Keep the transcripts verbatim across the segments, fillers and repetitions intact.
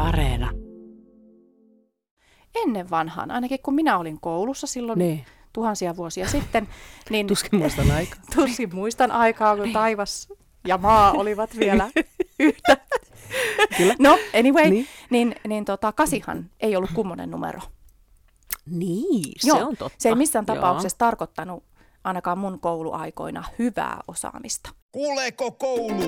Areena. Ennen vanhaan, ainakin kun minä olin koulussa silloin niin. tuhansia vuosia sitten. Niin tuskin muistan aikaa. Tuskin muistan aikaa, kun taivas ja maa olivat vielä yhtä. Kyllä. No, anyway, niin, niin, niin tota, kasihan ei ollut kummonen numero. Niin, se Joo, on totta. Se ei missään Joo. tapauksessa tarkoittanut ainakaan mun kouluaikoina hyvää osaamista. Kuuleeko koulu?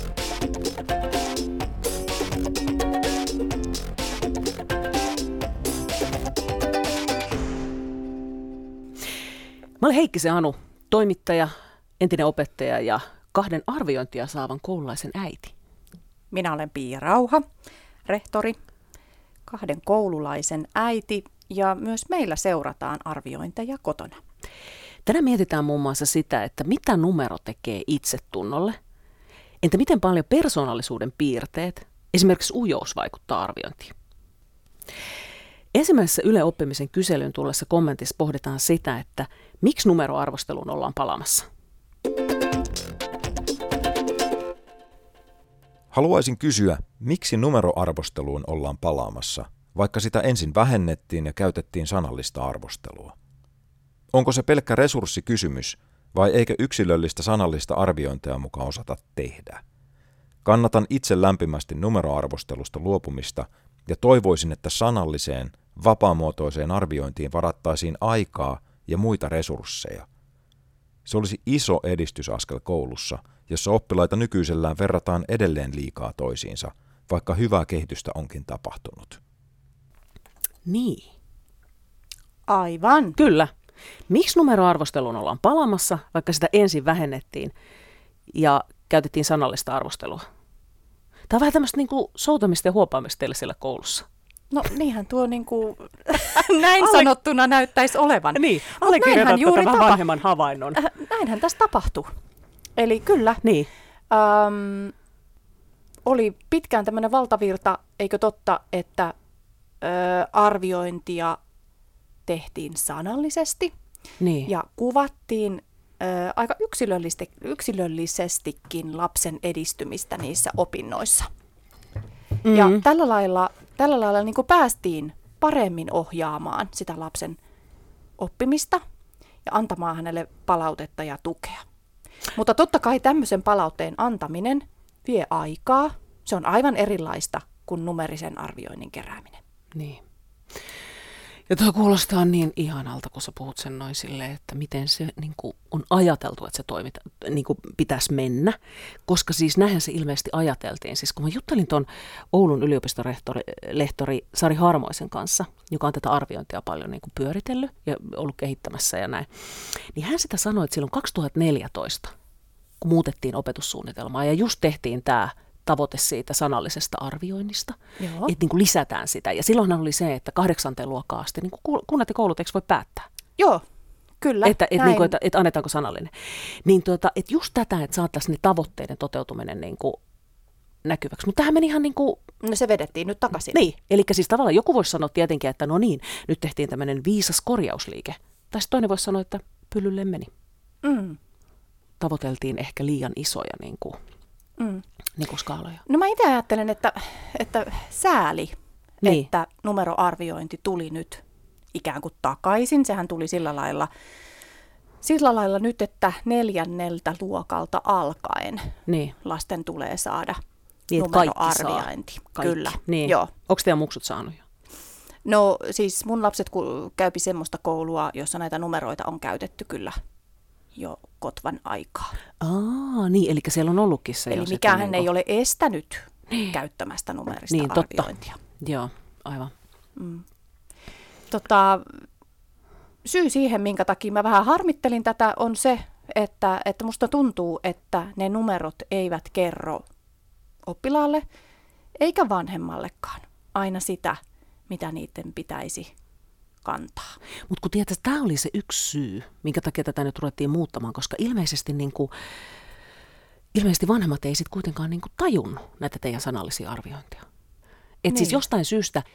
Mä olen Heikkisen Anu, toimittaja, entinen opettaja ja kahden arviointia saavan koululaisen äiti. Minä olen Pia Rauha, rehtori, kahden koululaisen äiti ja myös meillä seurataan arviointeja kotona. Tänään mietitään muun muassa sitä, että mitä numero tekee itsetunnolle. Entä miten paljon persoonallisuuden piirteet, esimerkiksi ujous, vaikuttaa arviointiin. Ensimmäisessä Yle Oppimisen kyselyn tullessa kommentissa pohditaan sitä, että miksi numeroarvosteluun ollaan palaamassa. Haluaisin kysyä, miksi numeroarvosteluun ollaan palaamassa, vaikka sitä ensin vähennettiin ja käytettiin sanallista arvostelua? Onko se pelkkä resurssikysymys vai eikö yksilöllistä sanallista arviointia mukaan osata tehdä? Kannatan itse lämpimästi numeroarvostelusta luopumista ja toivoisin, että sanalliseen, vapaamuotoiseen arviointiin varattaisiin aikaa ja muita resursseja. Se olisi iso edistysaskel koulussa, jossa oppilaita nykyisellään verrataan edelleen liikaa toisiinsa, vaikka hyvää kehitystä onkin tapahtunut. Niin. Aivan. Kyllä. Miksi numeroarvosteluun ollaan palaamassa, vaikka sitä ensin vähennettiin ja käytettiin sanallista arvostelua? Tämä on vähän tämmöistä niin kuin soutamista ja huopaamista teille siellä koulussa. No niinhän tuo niin kuin, näin Alle... sanottuna näyttäisi olevan. Niin, allekirjoitat juuri tämän tapa... vanhemman havainnon. Äh, näinhän tässä tapahtui. Eli kyllä, niin. äm, oli pitkään tämmöinen valtavirta, eikö totta, että ä, arviointia tehtiin sanallisesti niin. ja kuvattiin ä, aika yksilöllisesti, yksilöllisestikin lapsen edistymistä niissä opinnoissa. Mm-hmm. Ja tällä lailla, tällä lailla niin kuin päästiin paremmin ohjaamaan sitä lapsen oppimista ja antamaan hänelle palautetta ja tukea. Mutta totta kai tämmöisen palautteen antaminen vie aikaa. Se on aivan erilaista kuin numerisen arvioinnin kerääminen. Niin. Ja tuo kuulostaa niin ihanalta, kun sä puhut sen noin silleen, että miten se niin kuin on ajateltu, että se toimit, niin kuin pitäisi mennä. Koska siis näinhän se ilmeisesti ajateltiin. Siis kun mä juttelin tuon Oulun yliopiston rehtori, lehtori Sari Harmoisen kanssa, joka on tätä arviointia paljon niin kuin pyöritellyt ja ollut kehittämässä ja näin, niin hän sitä sanoi, että silloin kaksituhattaneljätoista, kun muutettiin opetussuunnitelmaa ja just tehtiin tämä tavoite siitä sanallisesta arvioinnista, Joo. että niin kuin lisätään sitä. Ja silloinhan oli se, että kahdeksanteen luokkaan asti niin kuin kunnat ja koulut eikö voi päättää? Joo, kyllä. Että, et, niin kuin, että, että annetaanko sanallinen. Niin tuota, että just tätä, että saataisiin ne tavoitteiden toteutuminen niin kuin näkyväksi. Mutta tämähän meni ihan niin kuin... No se vedettiin nyt takaisin. Niin, eli siis tavallaan joku voisi sanoa tietenkin, että no niin, nyt tehtiin tämmöinen viisas korjausliike. Tai sitten toinen voisi sanoa, että pyllylle meni. Mm. Tavoiteltiin ehkä liian isoja niin kuin... Mm. Niin kuin skaaloja. No mä itse ajattelen, että, että sääli, niin. että numeroarviointi tuli nyt ikään kuin takaisin. Sehän tuli sillä lailla, sillä lailla nyt, että neljänneltä luokalta alkaen niin. lasten tulee saada niin, numeroarviointi. Kyllä. Niin. Joo. Onko teidän muksut saanut jo? No siis mun lapset käypi semmoista koulua, jossa näitä numeroita on käytetty kyllä jo kotvan aikaa. Aa, niin, eli siellä on ollutkin se. Eli mikään hän ei ole estänyt niin. käyttämästä numerista niin, arviointia. Totta. Joo, aivan. Mm. Tota, syy siihen, minkä takia mä vähän harmittelin tätä, on se, että, että musta tuntuu, että ne numerot eivät kerro oppilaalle eikä vanhemmallekaan aina sitä, mitä niiden pitäisi kantaa. Mutta kun tiedät, tämä oli se yksi syy, minkä takia tätä nyt ruvettiin muuttamaan, koska ilmeisesti, niin kuin, ilmeisesti vanhemmat ei sitten kuitenkaan niin kuin tajunnut näitä teidän sanallisia arviointia. Et niin. Siis jostain syystä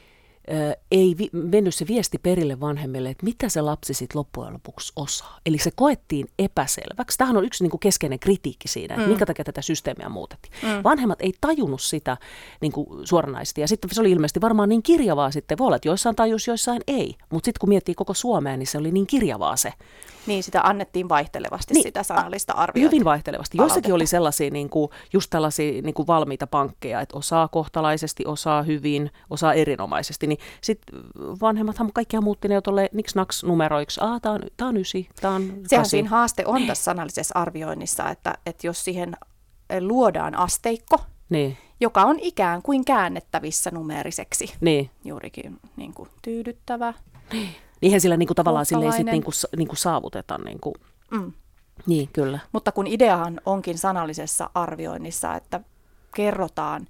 ö, ei vi- mennyt se viesti perille vanhemmille, että mitä se lapsi sitten loppujen lopuksi osaa. Eli se koettiin epäselväksi. Tämähän on yksi niin kuin keskeinen kritiikki siinä, että mm. minkä takia tätä systeemiä muutettiin. Mm. Vanhemmat ei tajunnut sitä niin kuin suoranaisesti. Ja sitten se oli ilmeisesti varmaan niin kirjavaa sitten. Voi olla, että joissain tajus, joissain ei. Mutta sitten kun miettii koko Suomea, niin se oli niin kirjavaa se. Niin, sitä annettiin vaihtelevasti, niin, sitä sanallista arvioita. Hyvin vaihtelevasti. Joissakin oli sellaisia niin kuin, just tällaisia niin kuin valmiita pankkeja, että osaa kohtalaisesti, osaa hyvin, osaa erinomaisesti. Niin sitten vanhemmathan kaikkia muutti ne jo tolleen niks naks numeroiksi. Ah, tää on, tää on ysi, tää on kasi. Sehän siinä haaste on tässä sanallisessa arvioinnissa, että, että jos siihen luodaan asteikko, niin, joka on ikään kuin käännettävissä numeeriseksi, niin, juurikin niin kuin tyydyttävä. Niin. Niinhän sillä niinku tavallaan silleen sit niinku, niinku saavutetaan. Niinku. Mm. Niin, kyllä. Mutta kun ideahan onkin sanallisessa arvioinnissa, että kerrotaan,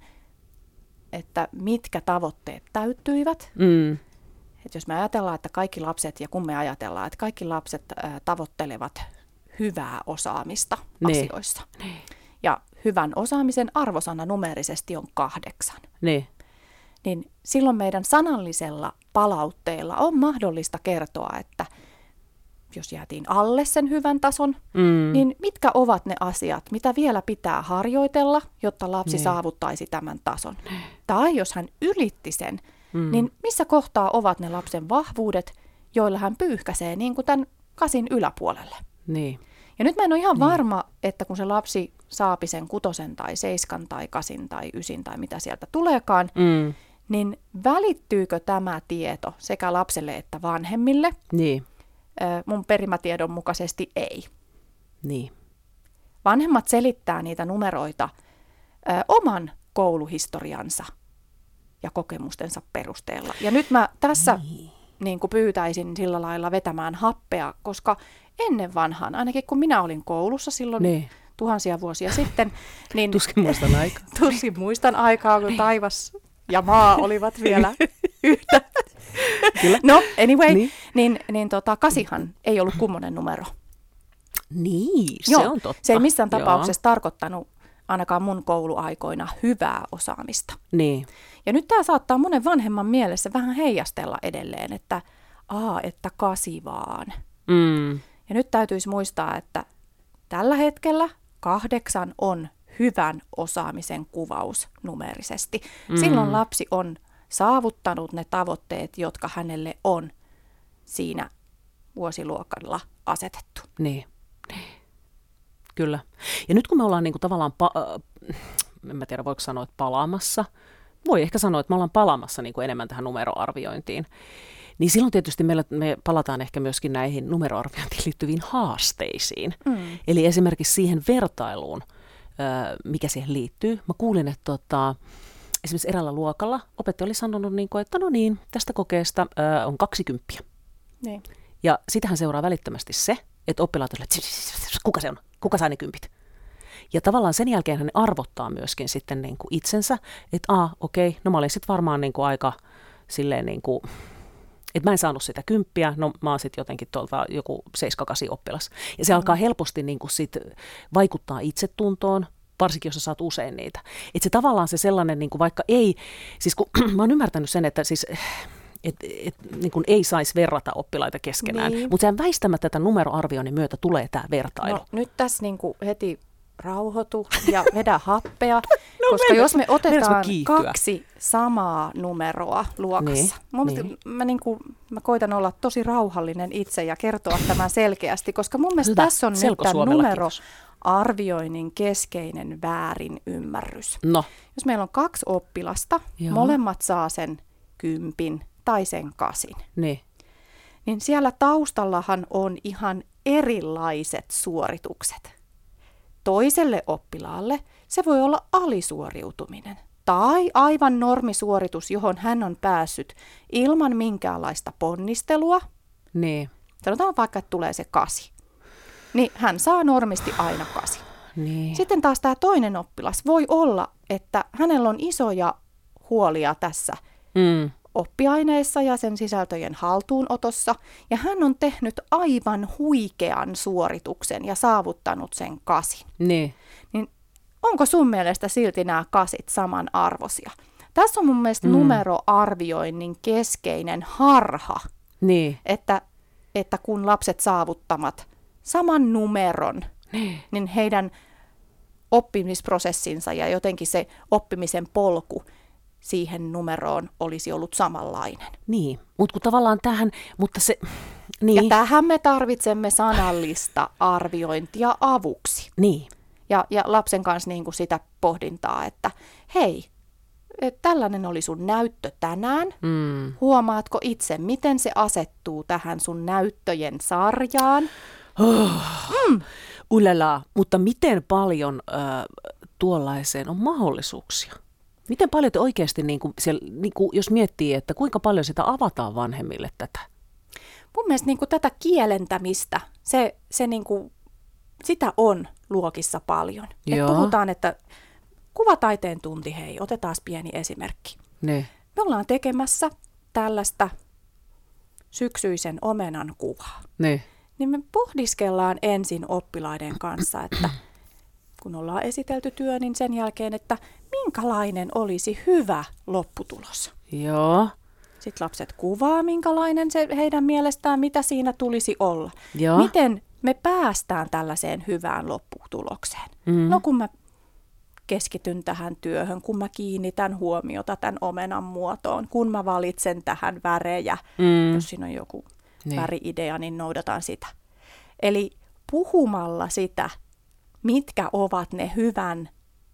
että mitkä tavoitteet täyttyivät. Mm. Että jos me ajatellaan, että kaikki lapset, ja kun me ajatellaan, että kaikki lapset ä, tavoittelevat hyvää osaamista niin. asioissa. Niin. Ja hyvän osaamisen arvosana numerisesti on kahdeksan. Niin. Niin silloin meidän sanallisella palautteella on mahdollista kertoa, että jos jäätiin alle sen hyvän tason, mm. niin mitkä ovat ne asiat, mitä vielä pitää harjoitella, jotta lapsi ne. saavuttaisi tämän tason. Ne. Tai jos hän ylitti sen, mm. niin missä kohtaa ovat ne lapsen vahvuudet, joilla hän pyyhkäisee niin kuin tämän kasin yläpuolelle. Ne. Ja nyt mä en ole ihan ne. varma, että kun se lapsi saapi sen kutosen tai seiskan tai kasin tai ysin tai mitä sieltä tuleekaan, mm. niin välittyykö tämä tieto sekä lapselle että vanhemmille? Niin. Mun perimätiedon mukaisesti ei. Niin. Vanhemmat selittää niitä numeroita ö, oman kouluhistoriansa ja kokemustensa perusteella. Ja nyt mä tässä niin. Niin kuin pyytäisin sillä lailla vetämään happea, koska ennen vanhaan, ainakin kun minä olin koulussa silloin niin. tuhansia vuosia sitten, niin tuskin muistan aikaa. Tuskin muistan aikaa, kun taivas ja maa olivat vielä yhtä. Kyllä. No, anyway, niin, niin, niin tota, kasihan ei ollut kummonen numero. Niin, se Joo, on totta. Se ei missään Joo. tapauksessa tarkoittanut ainakaan mun kouluaikoina hyvää osaamista. Niin. Ja nyt tämä saattaa monen vanhemman mielessä vähän heijastella edelleen, että aa, että kasi vaan. Mm. Ja nyt täytyisi muistaa, että tällä hetkellä kahdeksan on hyvän osaamisen kuvaus numerisesti. Mm. Silloin lapsi on saavuttanut ne tavoitteet, jotka hänelle on siinä vuosiluokalla asetettu. Niin, kyllä. Ja nyt kun me ollaan niin kuin tavallaan, pa- en mä tiedä voiko sanoa, että palaamassa, voi ehkä sanoa, että me ollaan palaamassa niin kuin enemmän tähän numeroarviointiin, niin silloin tietysti meillä, me palataan ehkä myöskin näihin numeroarviointiin liittyviin haasteisiin. Mm. Eli esimerkiksi siihen vertailuun, mikä siihen liittyy. Mä kuulin, että tota, esimerkiksi eräällä luokalla opettaja oli sanonut, niin kuin, että no niin, tästä kokeesta ää, on kaksikymppiä. Niin. Ja sitähän seuraa välittömästi se, että oppilaat on, että kuka se on, kuka saa ne kympit. Ja tavallaan sen jälkeen hän arvottaa myöskin sitten niin kuin itsensä, että aa, okei, no mä olin sitten varmaan niin kuin aika silleen niin kuin, että mä en saanut sitä kymppiä, no mä oon sitten jotenkin tuolta joku seitsemän kahdeksan oppilas. Ja se mm. alkaa helposti niin kuin sit vaikuttaa itsetuntoon, varsinkin jos sä saat usein niitä. Että se tavallaan se sellainen, niin kuin vaikka ei, siis kun mä oon ymmärtänyt sen, että siis että et, niin kuin ei saisi verrata oppilaita keskenään, niin. Mutta sen väistämättä tämän numeroarvioinnin myötä tulee tämä vertailu. No, nyt tässä niin kuin heti rauhoitu ja vedä happea, no, koska mennä, jos me otetaan kaksi samaa numeroa luokassa, niin, niin. Mä, niin kuin, mä koitan olla tosi rauhallinen itse ja kertoa tämän selkeästi, koska mun mielestä Hyvä. tässä on nyt tämän numeroarvioinnin keskeinen väärin ymmärrys. No. Jos meillä on kaksi oppilasta, Joo. molemmat saa sen kympin tai sen kasin, niin. niin siellä taustallahan on ihan erilaiset suoritukset. Toiselle oppilaalle se voi olla alisuoriutuminen tai aivan normisuoritus, johon hän on päässyt ilman minkäänlaista ponnistelua. Niin. Sanotaan vaikka, että tulee se kasi. Niin hän saa normisti aina kasi. Niin. Sitten taas tämä toinen oppilas voi olla, että hänellä on isoja huolia tässä mm. oppiaineessa ja sen sisältöjen haltuunotossa. Ja hän on tehnyt aivan huikean suorituksen ja saavuttanut sen kasin. Niin. Niin onko sun mielestä silti nämä kasit samanarvoisia? tässä on mun mielestä Mm. numeroarvioinnin keskeinen harha, Niin. että, että kun lapset saavuttamat saman numeron, Niin. niin heidän oppimisprosessinsa ja jotenkin se oppimisen polku siihen numeroon olisi ollut samanlainen. Niin, mutta kun tavallaan tähän, mutta se, niin, Ja tähän me tarvitsemme sanallista arviointia avuksi. niin, Ja, ja lapsen kanssa niin kuin sitä pohdintaa, että hei, et tällainen oli sun näyttö tänään. mm. Huomaatko itse, miten se asettuu tähän sun näyttöjen sarjaan? Oh. Mm. Ulala, mutta miten paljon äh, tuollaiseen on mahdollisuuksia? Miten paljon te oikeasti, niin kuin, siellä, niin kuin, jos miettii, että kuinka paljon sitä avataan vanhemmille tätä? Mun mielestä niin kuin tätä kielentämistä, se, se niin kuin, sitä on luokissa paljon. Et Joo. puhutaan, että kuvataiteen tunti, hei, otetaan pieni esimerkki. Ne. Me ollaan tekemässä tällaista syksyisen omenan kuvaa. Ne. Niin me pohdiskellaan ensin oppilaiden kanssa, että kun ollaan esitelty työ, niin sen jälkeen, että minkälainen olisi hyvä lopputulos. Joo. Sitten lapset kuvaa, minkälainen se heidän mielestään, mitä siinä tulisi olla. Joo. Miten me päästään tällaiseen hyvään lopputulokseen? Mm. No kun mä keskityn tähän työhön, kun mä kiinnitän huomiota tämän omenan muotoon, kun mä valitsen tähän värejä, Mm. jos siinä on joku Niin. väri-idea, niin noudatan sitä. Eli puhumalla sitä, mitkä ovat ne hyvän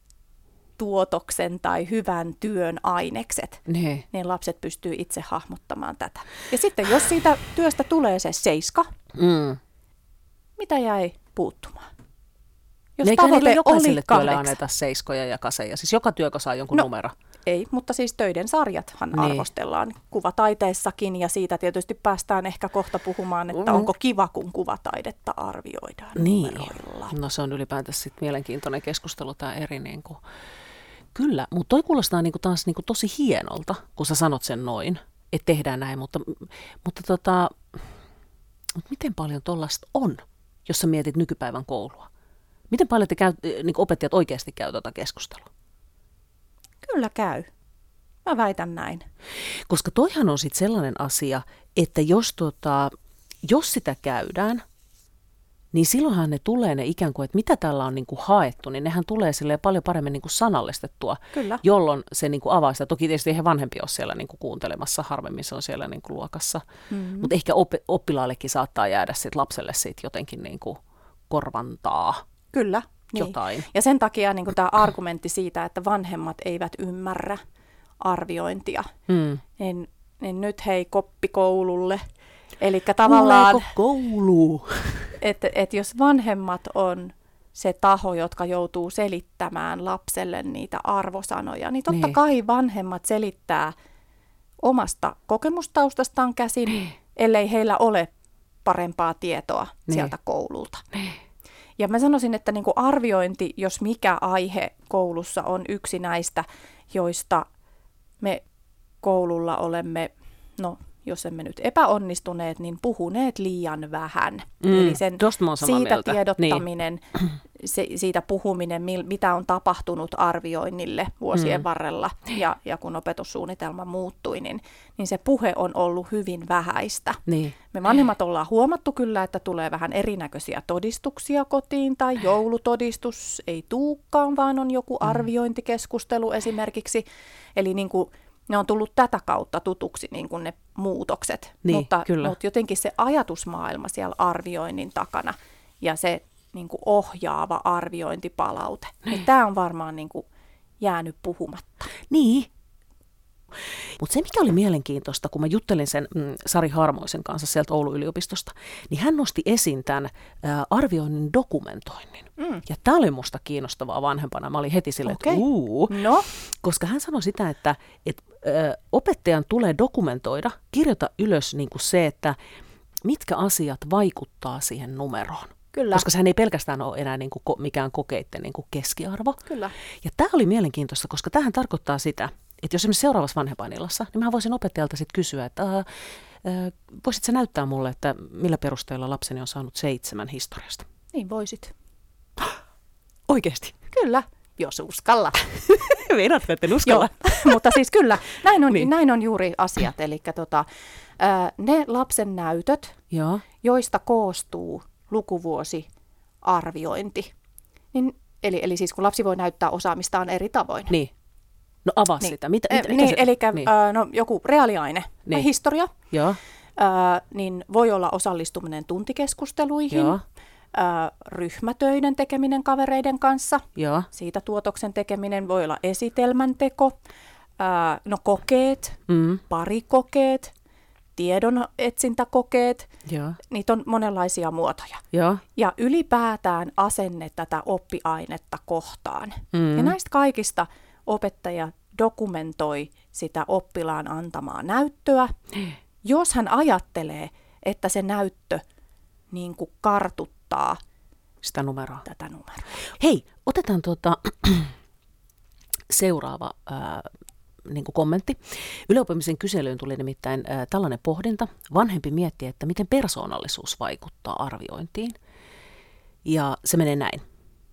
tuotoksen tai hyvän työn ainekset, Ne. niin lapset pystyy itse hahmottamaan tätä. Ja sitten jos siitä työstä tulee se seiska, Mm. mitä jäi puuttumaan? Jos Eikä niille tavoite jokaiselle oli työlle kahdeksan. anneta seiskoja ja kaseja. Siis joka työkö saa jonkun No. numero. Ei, mutta siis töiden sarjathan Niin. arvostellaan kuvataiteessakin, ja siitä tietysti päästään ehkä kohta puhumaan, että Mm. onko kiva, kun kuvataidetta arvioidaan Niin. numeroilla. No se on ylipäätään sitten mielenkiintoinen keskustelu tämä eri. Niin kuin. Kyllä, mutta toi kuulostaa niin kuin taas niin kuin tosi hienolta, kun sä sanot sen noin, että tehdään näin, mutta, mutta, tota, mutta miten paljon tollaista on, jos sä mietit nykypäivän koulua? Miten paljon te käy, niin kuin opettajat oikeasti käy tuota keskustelua? Kyllä käy. Mä väitän näin. Koska toihan on sitten sellainen asia, että jos, tota, jos sitä käydään, niin silloinhan ne tulee ne ikään kuin, että mitä tällä on niin kuin haettu, niin nehän tulee silleen paljon paremmin niin kuin sanallistettua, Kyllä. jolloin se niin kuin avaa sitä. Toki tietysti eihän vanhempi ole siellä niin kuin kuuntelemassa, harvemmin se on siellä niin kuin luokassa, Mm-hmm. mutta ehkä op- oppilaallekin saattaa jäädä sit lapselle siitä jotenkin niin kuin korvantaa Kyllä. Niin. jotain. Ja sen takia niin tämä argumentti siitä, että vanhemmat eivät ymmärrä arviointia, Mm. niin, niin nyt hei koppikoululle. Eli tavallaan, Kuuleeko koulu? että et jos vanhemmat on se taho, jotka joutuu selittämään lapselle niitä arvosanoja, niin totta Niin. kai vanhemmat selittää omasta kokemustaustastaan käsin, ellei heillä ole parempaa tietoa Niin. sieltä koululta. Ja mä sanoisin, että niin kuin arviointi, jos mikä aihe koulussa on yksi näistä, joista me koululla olemme, no jos emme nyt epäonnistuneet, niin puhuneet liian vähän. Mm, Eli sen, tosta mä oon samaa siitä mieltä. tiedottaminen, se, siitä puhuminen, mil, mitä on tapahtunut arvioinnille vuosien Mm. varrella ja, ja kun opetussuunnitelma muuttui, niin, niin se puhe on ollut hyvin vähäistä. Niin. Me vanhemmat ollaan huomattu kyllä, että tulee vähän erinäköisiä todistuksia kotiin tai joulutodistus ei tuukaan, vaan on joku arviointikeskustelu esimerkiksi. Eli niin kuin ne on tullut tätä kautta tutuksi niin kuin ne muutokset, Niin, mutta, kyllä. mutta jotenkin se ajatusmaailma siellä arvioinnin takana ja se niin kuin ohjaava arviointipalaute, niin tämä on varmaan niin kuin jäänyt puhumatta. Niin. Mutta se, mikä oli mielenkiintoista, kun mä juttelin sen mm, Sari Harmoisen kanssa sieltä Oulun yliopistosta, niin hän nosti esiin tämän ä, arvioinnin dokumentoinnin. Mm. Ja tämä oli musta kiinnostavaa vanhempana. Mä olin heti silleen, Okei. että uu. No, Koska hän sanoi sitä, että, että ö, opettajan tulee dokumentoida, kirjoita ylös niin kuin se, että mitkä asiat vaikuttaa siihen numeroon. kyllä, Koska sehän ei pelkästään ole enää niin kuin ko- mikään kokeitten niin kuin keskiarvo. kyllä. Ja tämä oli mielenkiintoista, koska tämähän tarkoittaa sitä, että jos esimerkiksi seuraavassa vanhempainillassa, niin mä voisin opettajalta sitten kysyä, että ää, ää, voisit sä näyttää mulle, että millä perusteella lapseni on saanut seitsemän historiasta? Niin voisit. Oikeasti? Kyllä. jos uskalla. Meinaatko, että en uskalla? Joo, mutta siis kyllä, näin on, Niin. näin on juuri asiat. Eli tota, ne lapsen näytöt, Joo. joista koostuu lukuvuosiarviointi, niin, eli, eli siis kun lapsi voi näyttää osaamistaan eri tavoin. Niin. No avaa Niin. sitä. Mitä, Eh, mitä, mitä niin, se, eli niin. äh, no, joku reaaliaine, Niin. niin. historia, Joo. äh, niin voi olla osallistuminen tuntikeskusteluihin, Joo. äh, ryhmätöiden tekeminen kavereiden kanssa, Joo. siitä tuotoksen tekeminen, voi olla esitelmän teko, äh, no kokeet, Mm. parikokeet, tiedon etsintäkokeet, Joo. niitä on monenlaisia muotoja. Joo. Ja ylipäätään asenne tätä oppiainetta kohtaan. Mm. Ja näistä kaikista opettaja dokumentoi sitä oppilaan antamaa näyttöä, jos hän ajattelee, että se näyttö niin kuin kartuttaa Sitä numeroa. tätä numeroa. Hei, otetaan tuota, seuraava ää, niin kuin kommentti. Yleoppimisen kyselyyn tuli nimittäin ää, tällainen pohdinta. Vanhempi miettii, että miten persoonallisuus vaikuttaa arviointiin. Ja se menee näin.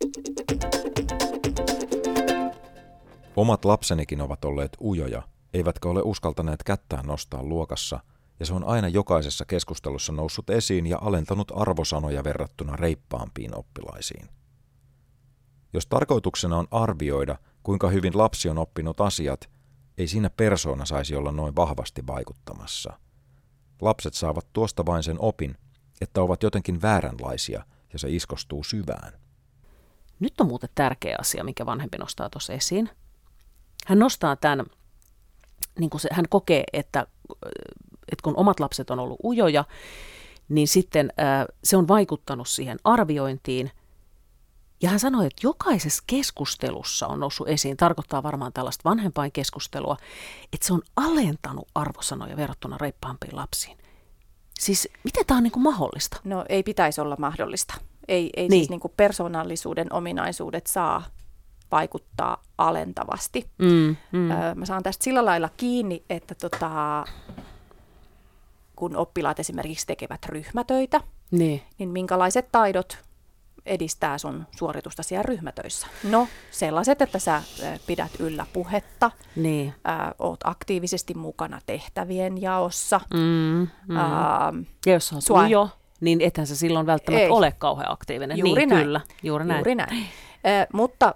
Omat lapsenikin ovat olleet ujoja, eivätkä ole uskaltaneet kättään nostaa luokassa, ja se on aina jokaisessa keskustelussa noussut esiin ja alentanut arvosanoja verrattuna reippaampiin oppilaisiin. Jos tarkoituksena on arvioida, kuinka hyvin lapsi on oppinut asiat, ei siinä persoona saisi olla noin vahvasti vaikuttamassa. Lapset saavat tuosta vain sen opin, että ovat jotenkin vääränlaisia, ja se iskostuu syvään. Nyt on muuten tärkeä asia, minkä vanhempi nostaa tuossa esiin. Hän nostaa tämän, niin kuin se, hän kokee, että, että kun omat lapset on ollut ujoja, niin sitten äh, se on vaikuttanut siihen arviointiin. Ja hän sanoi, että jokaisessa keskustelussa on noussut esiin, tarkoittaa varmaan tällaista vanhempainkeskustelua, että se on alentanut arvosanoja verrattuna reippaampiin lapsiin. Siis miten tämä on niin kuin mahdollista? No ei pitäisi olla mahdollista. Ei, ei Niin. siis niin kuin persoonallisuuden ominaisuudet saa vaikuttaa alentavasti. Mm, mm. Öö, mä saan tästä sillä lailla kiinni, että tota, kun oppilaat esimerkiksi tekevät ryhmätöitä, Niin. niin minkälaiset taidot edistää sun suoritusta siellä ryhmätöissä? No sellaiset, että sä ö, pidät yllä puhetta, Niin. ää, oot aktiivisesti mukana tehtävien jaossa. Mm, mm. Ää, Ja jos on Sua- ujo, niin ethän se silloin välttämättä Ei. ole kauhean aktiivinen. Juuri niin, näin. Kyllä, juuri näin. Juuri näin. Ö, mutta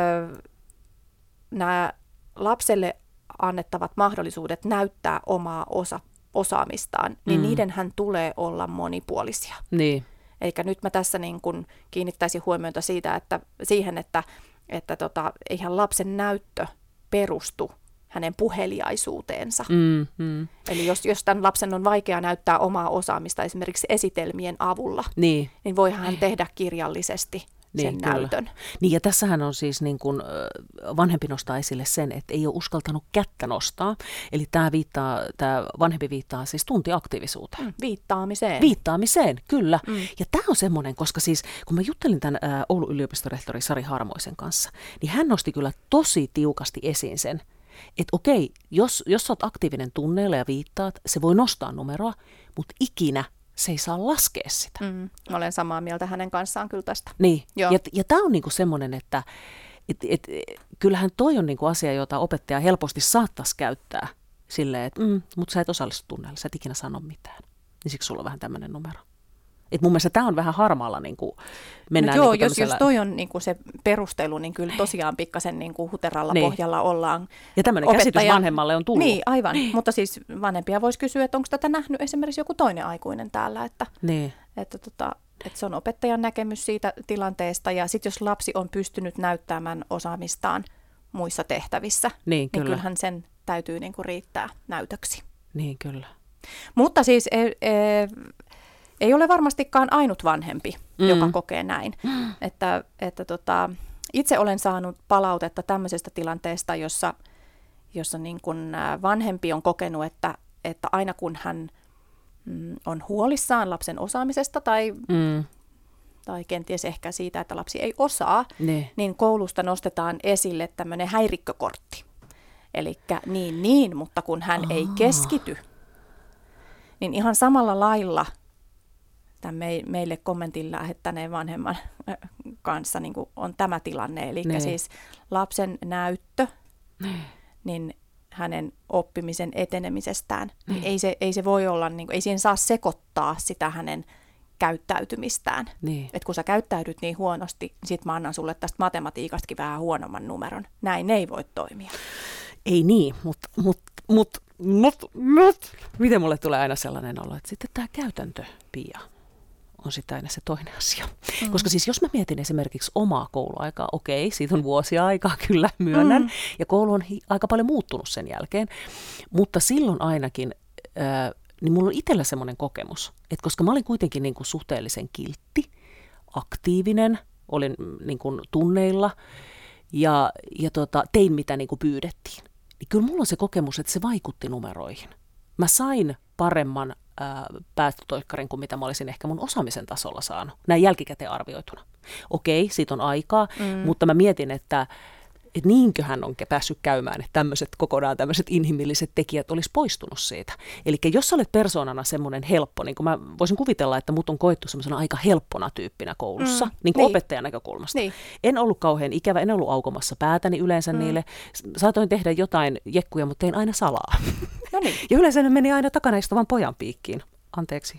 nämä lapselle annettavat mahdollisuudet näyttää omaa osa, osaamistaan, niin Mm. niidenhän tulee olla monipuolisia. Niin. Eli nyt mä tässä niin kun kiinnittäisin huomiota siitä, että, siihen, että, että tota, eihän lapsen näyttö perustu hänen puheliaisuuteensa. Mm, mm. Eli jos, jos tämän lapsen on vaikea näyttää omaa osaamista esimerkiksi esitelmien avulla, Niin. niin voihan hän tehdä kirjallisesti Niin, sen kyllä. näytön. Niin, ja tässähän on siis niin kuin, ö, vanhempi nostaa esille sen, että ei ole uskaltanut kättä nostaa. Eli tämä, viittaa, tämä vanhempi viittaa siis tuntiaktiivisuuteen. Mm, viittaamiseen. Viittaamiseen, kyllä. Mm. Ja tämä on semmoinen, koska siis kun mä juttelin tämän ä, Oulun yliopiston rehtori Sari Harmoisen kanssa, niin hän nosti kyllä tosi tiukasti esiin sen, että okei, jos, jos sä oot aktiivinen tunneilla ja viittaat, se voi nostaa numeroa, mutta ikinä se ei saa laskea sitä. Mm, mä olen samaa mieltä hänen kanssaan kyllä tästä. Niin, Joo. ja, ja tämä on niinku semmoinen, että et, et, kyllähän toi on niinku asia, jota opettaja helposti saattaisi käyttää silleen, että mm, mutta sä et osallistu tunneilla, sä et ikinä sano mitään. Niin siksi sulla on vähän tämmöinen numero. Et mun mielestä tämä on vähän harmaalla, niin kuin mennään No joo, niin jos, jos toi on niinku se perustelu, niin kyllä tosiaan pikkasen niinku huteralla Niin. pohjalla ollaan. Ja tämmöinen käsitys Opettaja- vanhemmalle on tullut. Niin, aivan. Mutta siis vanhempia voisi kysyä, että onko tätä nähnyt esimerkiksi joku toinen aikuinen täällä, että, Niin. että, tota, että se on opettajan näkemys siitä tilanteesta. Ja sitten jos lapsi on pystynyt näyttämään osaamistaan muissa tehtävissä, Niin, niin kyllä. kyllähän sen täytyy niinku riittää näytöksi. Niin, kyllä. Mutta siis ei, ei, ei ole varmastikaan ainut vanhempi, Mm. mm. joka kokee näin. Mm. Että, että tota, itse olen saanut palautetta tämmöisestä tilanteesta, jossa, jossa niin kun vanhempi on kokenut, että, että aina kun hän mm, on huolissaan lapsen osaamisesta tai, Mm. tai kenties ehkä siitä, että lapsi ei osaa, Niin. niin koulusta nostetaan esille tämmöinen häirikkökortti. Eli niin, niin, mutta kun hän ei keskity, niin ihan samalla lailla tämän me, meille kommentin lähettäneen vanhemman kanssa niin kuin on tämä tilanne. Eli niin. siis lapsen näyttö, niin, niin hänen oppimisen etenemisestään, niin ei, se, ei se voi olla, niin kuin, ei siihen saa sekoittaa sitä hänen käyttäytymistään. Niin. Että kun sä käyttäydyt niin huonosti, niin sit mä annan sulle tästä matematiikastakin vähän huonomman numeron. Näin ei voi toimia. Ei niin, mutta mut, mut, mut, mut. Miten mulle tulee aina sellainen olo, että sitten tämä käytäntö, Pia, on sitten aina se toinen asia. Mm. Koska siis jos mä mietin esimerkiksi omaa kouluaikaa, okei, siitä on vuosia aikaa, kyllä myönnän, mm. ja koulu on hi- aika paljon muuttunut sen jälkeen, mutta silloin ainakin, äh, niin mulla on itsellä semmoinen kokemus, että koska mä olin kuitenkin niin kuin suhteellisen kiltti, aktiivinen, olin niin kuin tunneilla ja, ja tota, tein mitä niin kuin pyydettiin, niin kyllä mulla on se kokemus, että se vaikutti numeroihin. Mä sain paremman ää, päästötoikkarin kuin mitä mä olisin ehkä mun osaamisen tasolla saanut, näin jälkikäteen arvioituna. Okei, siitä on aikaa, mm. mutta mä mietin, että että niinköhän on päässyt käymään, että tämmöiset kokonaan tämmöiset inhimilliset tekijät olisi poistunut siitä. Eli jos sä olet persoonana semmoinen helppo, niin kuin mä voisin kuvitella, että mut on koettu semmoisena aika helppona tyyppinä koulussa, mm, niin kuin niin. opettajan näkökulmasta. Niin. En ollut kauhean ikävä, en ollut aukomassa päätäni yleensä mm. niille. Saatoin tehdä jotain jekkuja, mutta tein aina salaa. No niin. Ja yleensä ne meni aina takana istuvan pojan piikkiin. Anteeksi.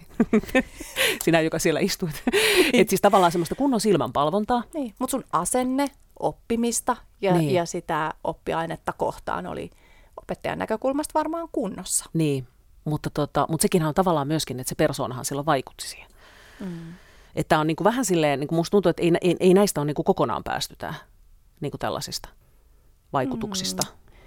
Sinä, joka siellä istuit. Että siis tavallaan semmoista kunnon silmänpalvontaa. Niin, mutta sun asenne, oppimista ja, niin. ja sitä oppiainetta kohtaan oli opettajan näkökulmasta varmaan kunnossa. Niin, mutta, tota, mutta sekin on tavallaan myöskin, että se persoonahan silloin vaikutti siihen. Mm. Että on niin kuin vähän silleen, niin kuin musta tuntuu, että ei, ei, ei näistä ole niin kuin kokonaan päästytään niin kuin tällaisista vaikutuksista.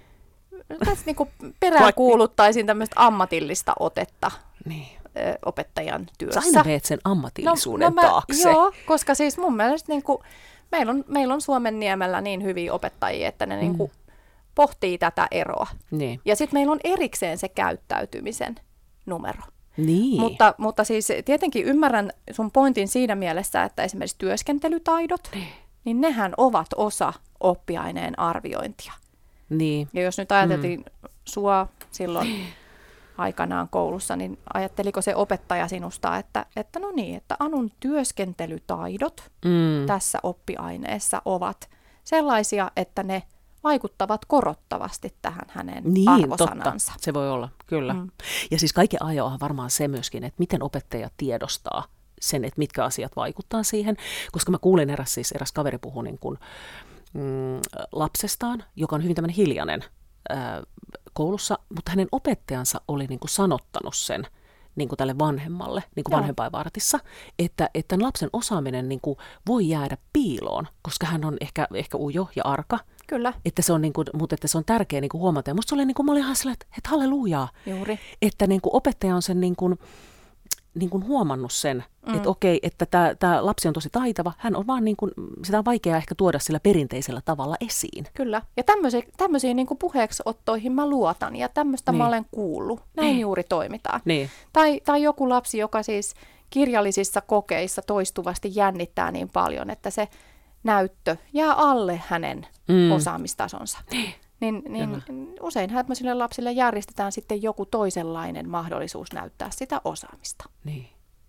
Mm. Tässä niin kuin peräänkuuluttaisin tämmöistä ammatillista otetta. Niin. Opettajan työssä. Sä aina veet sen ammatillisuuden no, no mä, taakse. Joo, koska siis mun mielestä niin kuin, meillä, on, meillä on Suomenniemellä niin hyviä opettajia, että ne mm. niin kuin, pohtii tätä eroa. Niin. Ja sitten meillä on erikseen se käyttäytymisen numero. Niin. Mutta, mutta siis tietenkin ymmärrän sun pointin siinä mielessä, että esimerkiksi työskentelytaidot, niin, niin nehän ovat osa oppiaineen arviointia. Niin. Ja jos nyt ajateltiin mm. sua silloin aikanaan koulussa, niin ajatteliko se opettaja sinusta, että, että no niin, että Anun työskentelytaidot mm. tässä oppiaineessa ovat sellaisia, että ne vaikuttavat korottavasti tähän hänen niin, arvosanansa. Totta. Se voi olla, kyllä. Mm. Ja siis kaiken ajoahan varmaan se myöskin, että miten opettaja tiedostaa sen, että mitkä asiat vaikuttaa siihen, koska mä kuulin eräs, siis eräs kaveri puhui niin kuin, mm, lapsestaan, joka on hyvin tämmöinen hiljainen ää, koulussa, mutta hänen opettajansa oli niin kuin sanottanut sen niin kuin tälle vanhemmalle, niin kuin vanhempainvartissa, että, että tämän lapsen osaaminen niin kuin voi jäädä piiloon, koska hän on ehkä, ehkä ujo ja arka. Kyllä. Että se on, niin kuin, mutta että se on tärkeä niin kuin huomata. Ja musta oli, niin kuin, mä olin ihan sillä, että, että hallelujaa. Juuri. Että niin kuin opettaja on sen niin kuin, niin kuin huomannut sen, mm. että okei, että tämä, tämä lapsi on tosi taitava. Hän on vaan niin kuin, sitä on vaikea ehkä tuoda sillä perinteisellä tavalla esiin. Kyllä. Ja tämmöisiä, tämmöisiä niin kuin puheeksiottoihin mä luotan ja tämmöistä niin. mä olen kuullut. Näin niin. juuri toimitaan. Niin. Tai, tai joku lapsi, joka siis kirjallisissa kokeissa toistuvasti jännittää niin paljon, että se näyttö jää alle hänen mm. osaamistasonsa. Niin. Niin, niin usein tämmöisille lapsille järjestetään sitten joku toisenlainen mahdollisuus näyttää sitä osaamista. Niin,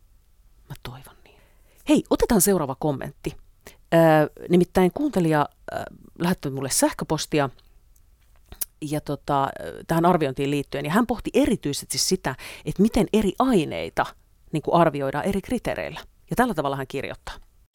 mä toivon niin. Hei, otetaan seuraava kommentti. Äh, nimittäin kuuntelija äh, lähetti mulle sähköpostia ja tota, tähän arviointiin liittyen. Ja hän pohti erityisesti sitä, että miten eri aineita niin kuin arvioidaan eri kriteereillä. Ja tällä tavalla hän kirjoittaa.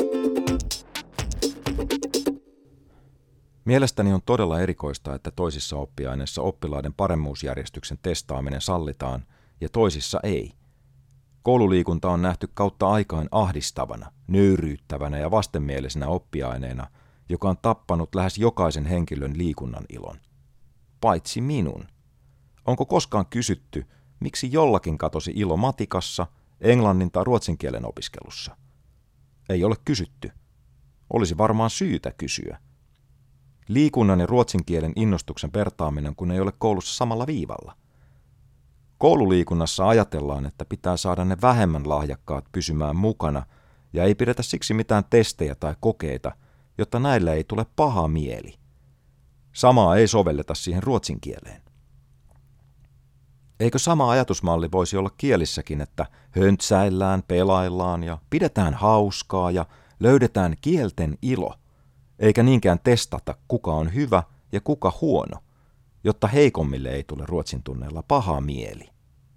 Mielestäni on todella erikoista, että toisissa oppiaineissa oppilaiden paremmuusjärjestyksen testaaminen sallitaan ja toisissa ei. Koululiikunta on nähty kautta aikaan ahdistavana, nöyryyttävänä ja vastenmielisenä oppiaineena, joka on tappanut lähes jokaisen henkilön liikunnan ilon. Paitsi minun. Onko koskaan kysytty, miksi jollakin katosi ilo matikassa, englannin tai ruotsin kielen opiskelussa? Ei ole kysytty. Olisi varmaan syytä kysyä. Liikunnan ja ruotsin kielen innostuksen vertaaminen, kun ei ole koulussa samalla viivalla. Koululiikunnassa ajatellaan, että pitää saada ne vähemmän lahjakkaat pysymään mukana ja ei pidetä siksi mitään testejä tai kokeita, jotta näillä ei tule paha mieli. Samaa ei sovelleta siihen ruotsin kieleen. Eikö sama ajatusmalli voisi olla kielissäkin, että höntsäillään, pelaillaan ja pidetään hauskaa ja löydetään kielten ilo, eikä niinkään testata, kuka on hyvä ja kuka huono, jotta heikommille ei tule ruotsin tunneilla paha mieli.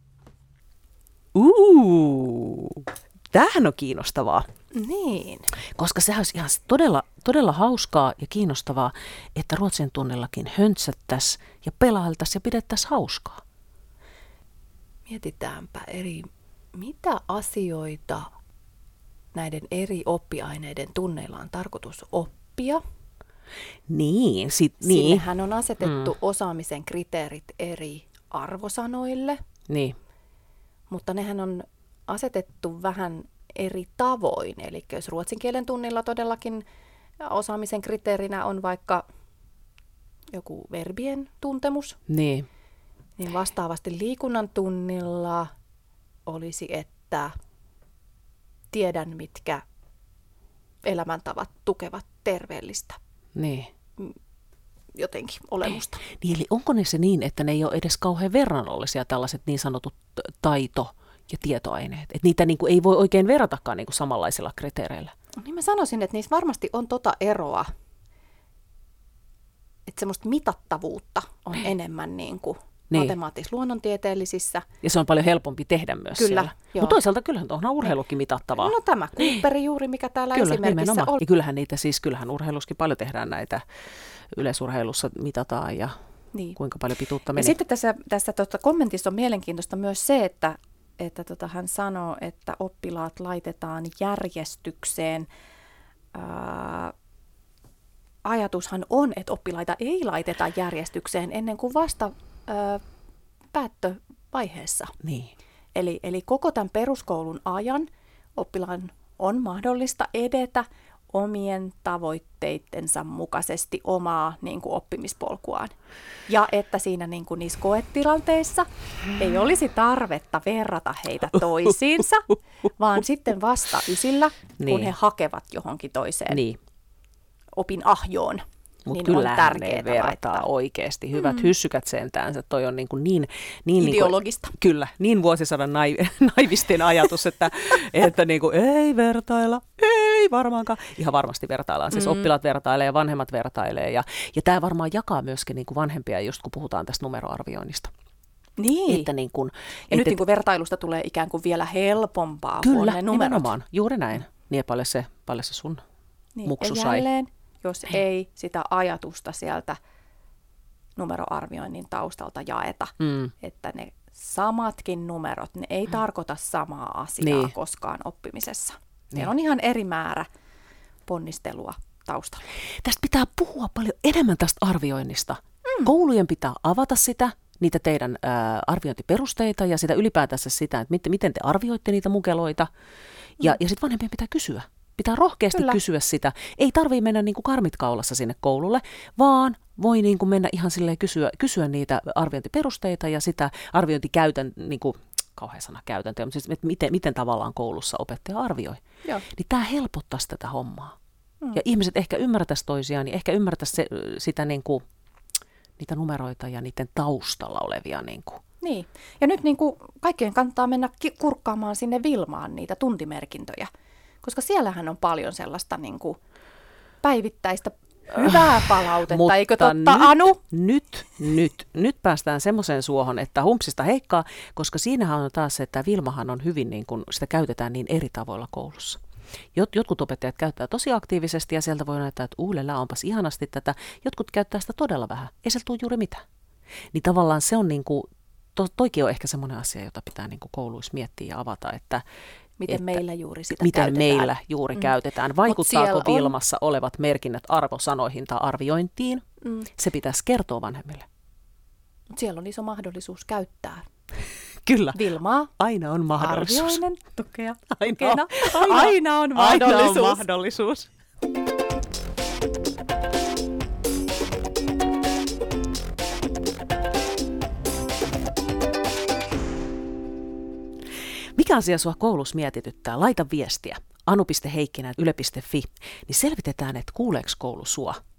Uuu, tämähän on kiinnostavaa. Niin. Koska sehän olisi ihan todella, todella hauskaa ja kiinnostavaa, että ruotsin tunnellakin höntsättäisiin ja pelailtaisiin ja pidettäisiin hauskaa. Mietitäänpä eri, mitä asioita näiden eri oppiaineiden tunneilla on tarkoitus oppia. Niin, sit, niin. Sinnehän on asetettu mm. osaamisen kriteerit eri arvosanoille, Niin. mutta nehän on asetettu vähän eri tavoin. Eli jos ruotsin kielen tunnilla todellakin osaamisen kriteerinä on vaikka joku verbien tuntemus, Niin. niin vastaavasti liikunnan tunnilla olisi, että tiedän, mitkä elämäntavat tukevat terveellistä Niin. jotenkin olemusta. Niin, eli onko ne se niin, että ne ei ole edes kauhean verrannollisia tällaiset niin sanotut taito- ja tietoaineet? Että niitä niin kuin ei voi oikein verratakaan niin kuin samanlaisilla kriteereillä. Niin mä sanoisin, että niissä varmasti on tota eroa, että semmoista mitattavuutta on enemmän niin kuin Niin. matemaattis-luonnontieteellisissä. Ja se on paljon helpompi tehdä myös Kyllä, siellä. joo. Mutta toisaalta kyllähän onhan urheilukin mitattavaa. No tämä Cooperi juuri, mikä täällä Kyllä, esimerkissä nimenomaan. on. Ja kyllähän niitä siis, kyllähän urheilussakin paljon tehdään näitä, yleisurheilussa mitataan ja Niin. kuinka paljon pituutta Ja meni. sitten tässä, tässä tuota, kommentissa on mielenkiintoista myös se, että, että tota, hän sanoo, että oppilaat laitetaan järjestykseen. Ää, ajatushan on, että oppilaita ei laiteta järjestykseen ennen kuin vasta ää, päättövaiheessa. Niin. Eli, eli koko tämän peruskoulun ajan oppilaan on mahdollista edetä omien tavoitteittensa mukaisesti omaa niin kuin oppimispolkuaan. Ja että siinä niin kuin niissä koetilanteissa ei olisi tarvetta verrata heitä toisiinsa, vaan sitten vasta ysillä, kun Niin. he hakevat johonkin toiseen Niin. opinahjoon. Mutta Niin on kyllähän tärkeää ne vertaa laittaa. oikeasti. Hyvät mm. hyssykät sentäänsä. Toi on niin, kuin niin, niin Ideologista. Niin kuin, kyllä, niin vuosisadan naiv, naivistien ajatus, että, että niin kuin, ei vertailla, ei varmaankaan. Ihan varmasti vertaillaan. Siis mm. oppilaat vertailee ja vanhemmat vertailee. Ja, ja tämä varmaan jakaa myöskin niin kuin vanhempia, just kun puhutaan tästä numeroarvioinnista. Niin. Että niin kuin, Ja että, nyt niin kuin vertailusta tulee ikään kuin vielä helpompaa, kun on kyllä, ne numerot. nimenomaan. Juuri näin. Niin paljon se, paljon se sun Niin, muksu ja sai. jälleen, jos ei sitä ajatusta sieltä numeroarvioinnin taustalta jaeta, Mm. että ne samatkin numerot, ne ei tarkoita samaa asiaa Niin. koskaan oppimisessa. Niin. Meillä on ihan eri määrä ponnistelua taustalla. Tästä pitää puhua paljon enemmän tästä arvioinnista. Mm. Koulujen pitää avata sitä, niitä teidän ää, arviointiperusteita ja sitä ylipäätänsä sitä, että miten, miten te arvioitte niitä mukeloita. Ja, mm. ja sitten vanhempien pitää kysyä. Pitää rohkeasti Kyllä. kysyä sitä. Ei tarvitse mennä niin kuin karmit kaulassa sinne koululle, vaan voi niin kuin mennä ihan silleen kysyä, kysyä niitä arviointiperusteita ja sitä arviointikäytän, niin kuin, kauhean sana käytäntöä, mutta siis, että miten, miten tavallaan koulussa opettaja arvioi. Joo. Niin tämä helpottaisi tätä hommaa. Mm. Ja ihmiset ehkä ymmärtäisi toisiaan, niin ehkä ymmärtäisi se, sitä niin kuin, niitä numeroita ja niiden taustalla olevia. Niin, kuin. Niin. Ja nyt niin kuin kaikkien kannattaa mennä ki- kurkkaamaan sinne Vilmaan niitä tuntimerkintöjä, koska siellähän on paljon sellaista niin kuin päivittäistä hyvää palautetta, Mutta eikö totta, nyt, Anu? Nyt, nyt, nyt päästään semmoiseen suohon, että humpsista heikkaa, koska siinähän on taas se, että Vilmahan on hyvin, niin kuin, sitä käytetään niin eri tavoilla koulussa. Jot, jotkut opettajat käyttää tosi aktiivisesti ja sieltä voi näyttää, että uulella onpas ihanasti tätä. Jotkut käyttää sitä todella vähän. Ei sieltä tule juuri mitään. Niin tavallaan se on niin kuin, to, toikin on ehkä semmoinen asia, jota pitää niin kuin kouluissa miettiä ja avata, että Miten että meillä juuri sitä miten käytetään. meillä juuri Mm. käytetään. Vaikuttaako on- Vilmassa olevat merkinnät arvosanoihin tai arviointiin? Mm. Se pitäisi kertoa vanhemmille. Mut siellä on iso mahdollisuus käyttää Kyllä. Vilmaa. Aina on mahdollisuus. Arvioinen tukea. Aina, tukena. aina, Aina on mahdollisuus. Aina on mahdollisuus. Mikä asia sua koulussa mietityttää? Laita viestiä. anu piste heikkinen yle piste fi, niin selvitetään, että kuuleeko koulu sua